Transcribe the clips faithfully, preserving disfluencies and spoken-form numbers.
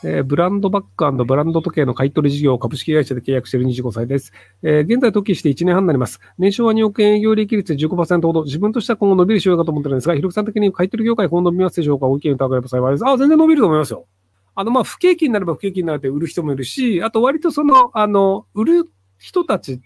えーブランドバッグ&ブランド時計の買取事業を株式会社で契約しているにじゅうごさいです。えー現在登記していちねんはんになります。年商はにおくえん、営業利益率でじゅっこパーセントほど。自分としては今後伸びる仕様かと思ってるんですが、ひろきさん的に買取業界今後伸びますでしょうか？ご意見いただければ幸いです。あ、全然伸びると思いますよ。あの、まあ、不景気になれば不景気になるって売る人もいるし、あと割とその、あの、売る人たちって、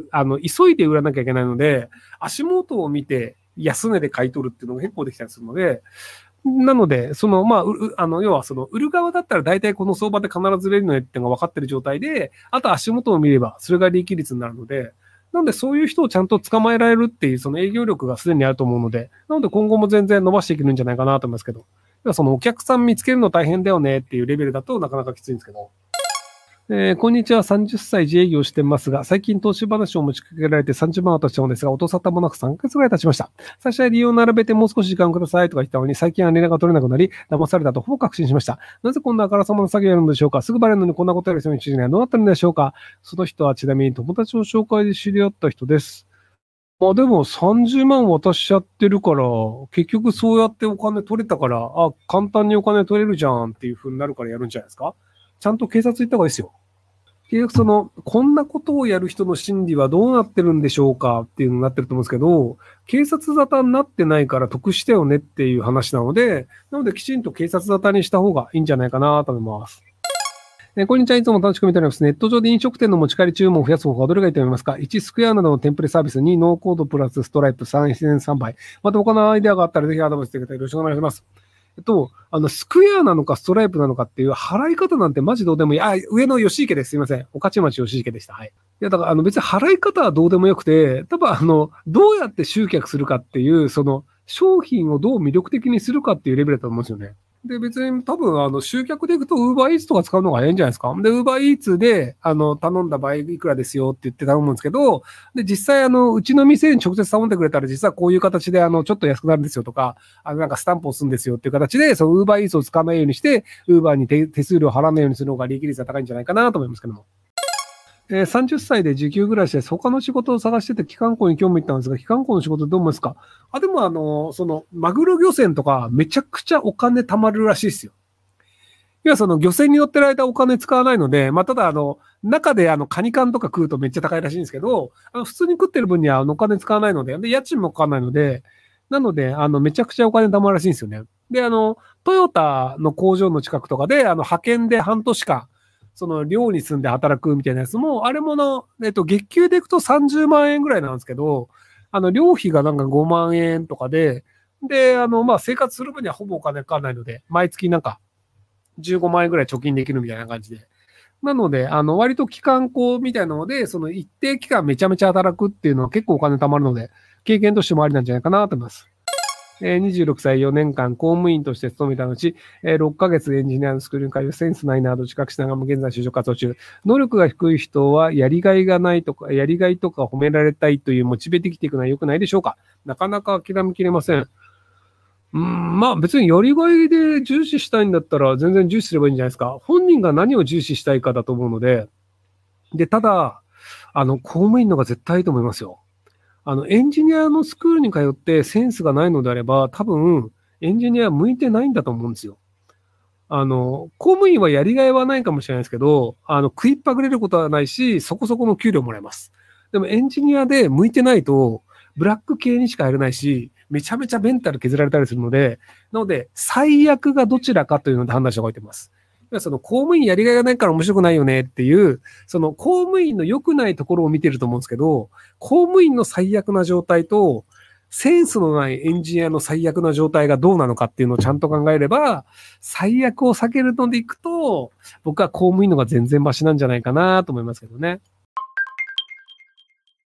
あの、急いで売らなきゃいけないので、足元を見て安値で買い取るっていうのが結構できたりするので、なので、その、まあ、うあの、要はその、売る側だったら大体この相場で必ず売れるのよっていうのが分かってる状態で、あと足元を見れば、それが利益率になるので、なのでそういう人をちゃんと捕まえられるっていう、その営業力がすでにあると思うので、なので今後も全然伸ばしていけるんじゃないかなと思いますけど、そのお客さん見つけるの大変だよねっていうレベルだとなかなかきついんですけど、えーこんにちは。さんじゅっさい自営業してますが、最近投資話を持ちかけられてさんじゅうまん渡したのですが、音沙汰もなくさんかげつぐらい経ちました。最初は利用を並べてもう少し時間をくださいとか言ったのに、最近は連絡が取れなくなり、騙されたとほぼ確信しました。なぜこんなあからさまな詐欺をやるのでしょうか？すぐバレるのにこんなことやる人に知りない。どうなったのでしょうか？その人はちなみに友達の紹介で知り合った人です。まあでもさんじゅうまん渡しちゃってるから、結局そうやってお金取れたから、あ、簡単にお金取れるじゃんっていう風になるからやるんじゃないですか？ちゃんと警察行った方がいいですよ。結局その、こんなことをやる人の心理はどうなってるんでしょうかっていうのになってると思うんですけど、警察沙汰になってないから得したよねっていう話なので、なのできちんと警察沙汰にした方がいいんじゃないかなと思います。えーこんにちは。いつも楽しく見ております。ネット上で飲食店の持ち帰り注文を増やす方法はどれがいいと思いますか？ いち、スクエアなどのテンプレサービス。に、ノーコードプラスストライプ。さん、自然さんばい。また他のアイデアがあったらぜひアドバイスしてください。よろしくお願いします。えっと、あの、スクエアなのかストライプなのかっていう払い方なんてマジどうでもいい。あ、上の吉池です。すいません。御徒町吉池でした。はい。いや、だからあの別に払い方はどうでもよくて、多分あの、どうやって集客するかっていう、その、商品をどう魅力的にするかっていうレベルだと思うんですよね。で、別に多分、あの、集客でいくと、ウーバーイーツとか使うのが早いんじゃないですか。で、ウーバーイーツで、あの、頼んだ場合いくらですよって言って頼むんですけど、で、実際、あの、うちの店に直接頼んでくれたら、実はこういう形で、あの、ちょっと安くなるんですよとか、あの、なんかスタンプを押すんですよっていう形で、そのウーバーイーツを使わないようにして、ウーバーに手手数料を払わないようにするのが利益率が高いんじゃないかなと思いますけども。えーさんじゅっさいで時給暮らしです。他の仕事を探してて、機関校に興味いったんですが、機関校の仕事どう思いますか？あ、でもあの、その、マグロ漁船とか、めちゃくちゃお金貯まるらしいですよ。要はその漁船に乗ってる間お金使わないので、まあ、ただあの、中であの、カニ缶とか食うとめっちゃ高いらしいんですけど、あの、普通に食ってる分にはあのお金使わないので、で、家賃もかかんないので、なので、あの、めちゃくちゃお金貯まるらしいんですよね。で、あの、トヨタの工場の近くとかで、あの、派遣で半年間、その寮に住んで働くみたいなやつも、あれもの、えっと、月給でいくとさんじゅうまん円ぐらいなんですけど、あの、寮費がなんかごまん円とかで、で、あの、まあ、生活する分にはほぼお金かかんないので、毎月なんか、じゅうごまん円ぐらい貯金できるみたいな感じで。なので、あの、割と期間校みたいなので、その一定期間めちゃめちゃ働くっていうのは結構お金貯まるので、経験としてもありなんじゃないかなと思います。えーにじゅうろくさいよねんかん公務員として勤めた後、えーろっかげつエンジニアのスクールに通い、センスないなど自覚しながらも現在就職活動中。能力が低い人はやりがいがないとか、やりがいとか褒められたいというモチベてきていくのは良くないでしょうか？なかなか諦めきれません。うん、まあ別にやりがいで重視したいんだったら全然重視すればいいんじゃないですか。本人が何を重視したいかだと思うので、で、ただ、あの、公務員のが絶対いいと思いますよ。あの、エンジニアのスクールに通ってセンスがないのであれば、多分、エンジニア向いてないんだと思うんですよ。あの、公務員はやりがいはないかもしれないですけど、あの、食いっぱぐれることはないし、そこそこの給料もらえます。でもエンジニアで向いてないと、ブラック系にしか入れないし、めちゃめちゃメンタル削られたりするので、なので、最悪がどちらかというので判断しておいてます。要はその公務員やりがいがないから面白くないよねっていう、その公務員の良くないところを見てると思うんですけど、公務員の最悪な状態と、センスのないエンジニアの最悪な状態がどうなのかっていうのをちゃんと考えれば、最悪を避けるのでいくと、僕は公務員のが全然マシなんじゃないかなと思いますけどね。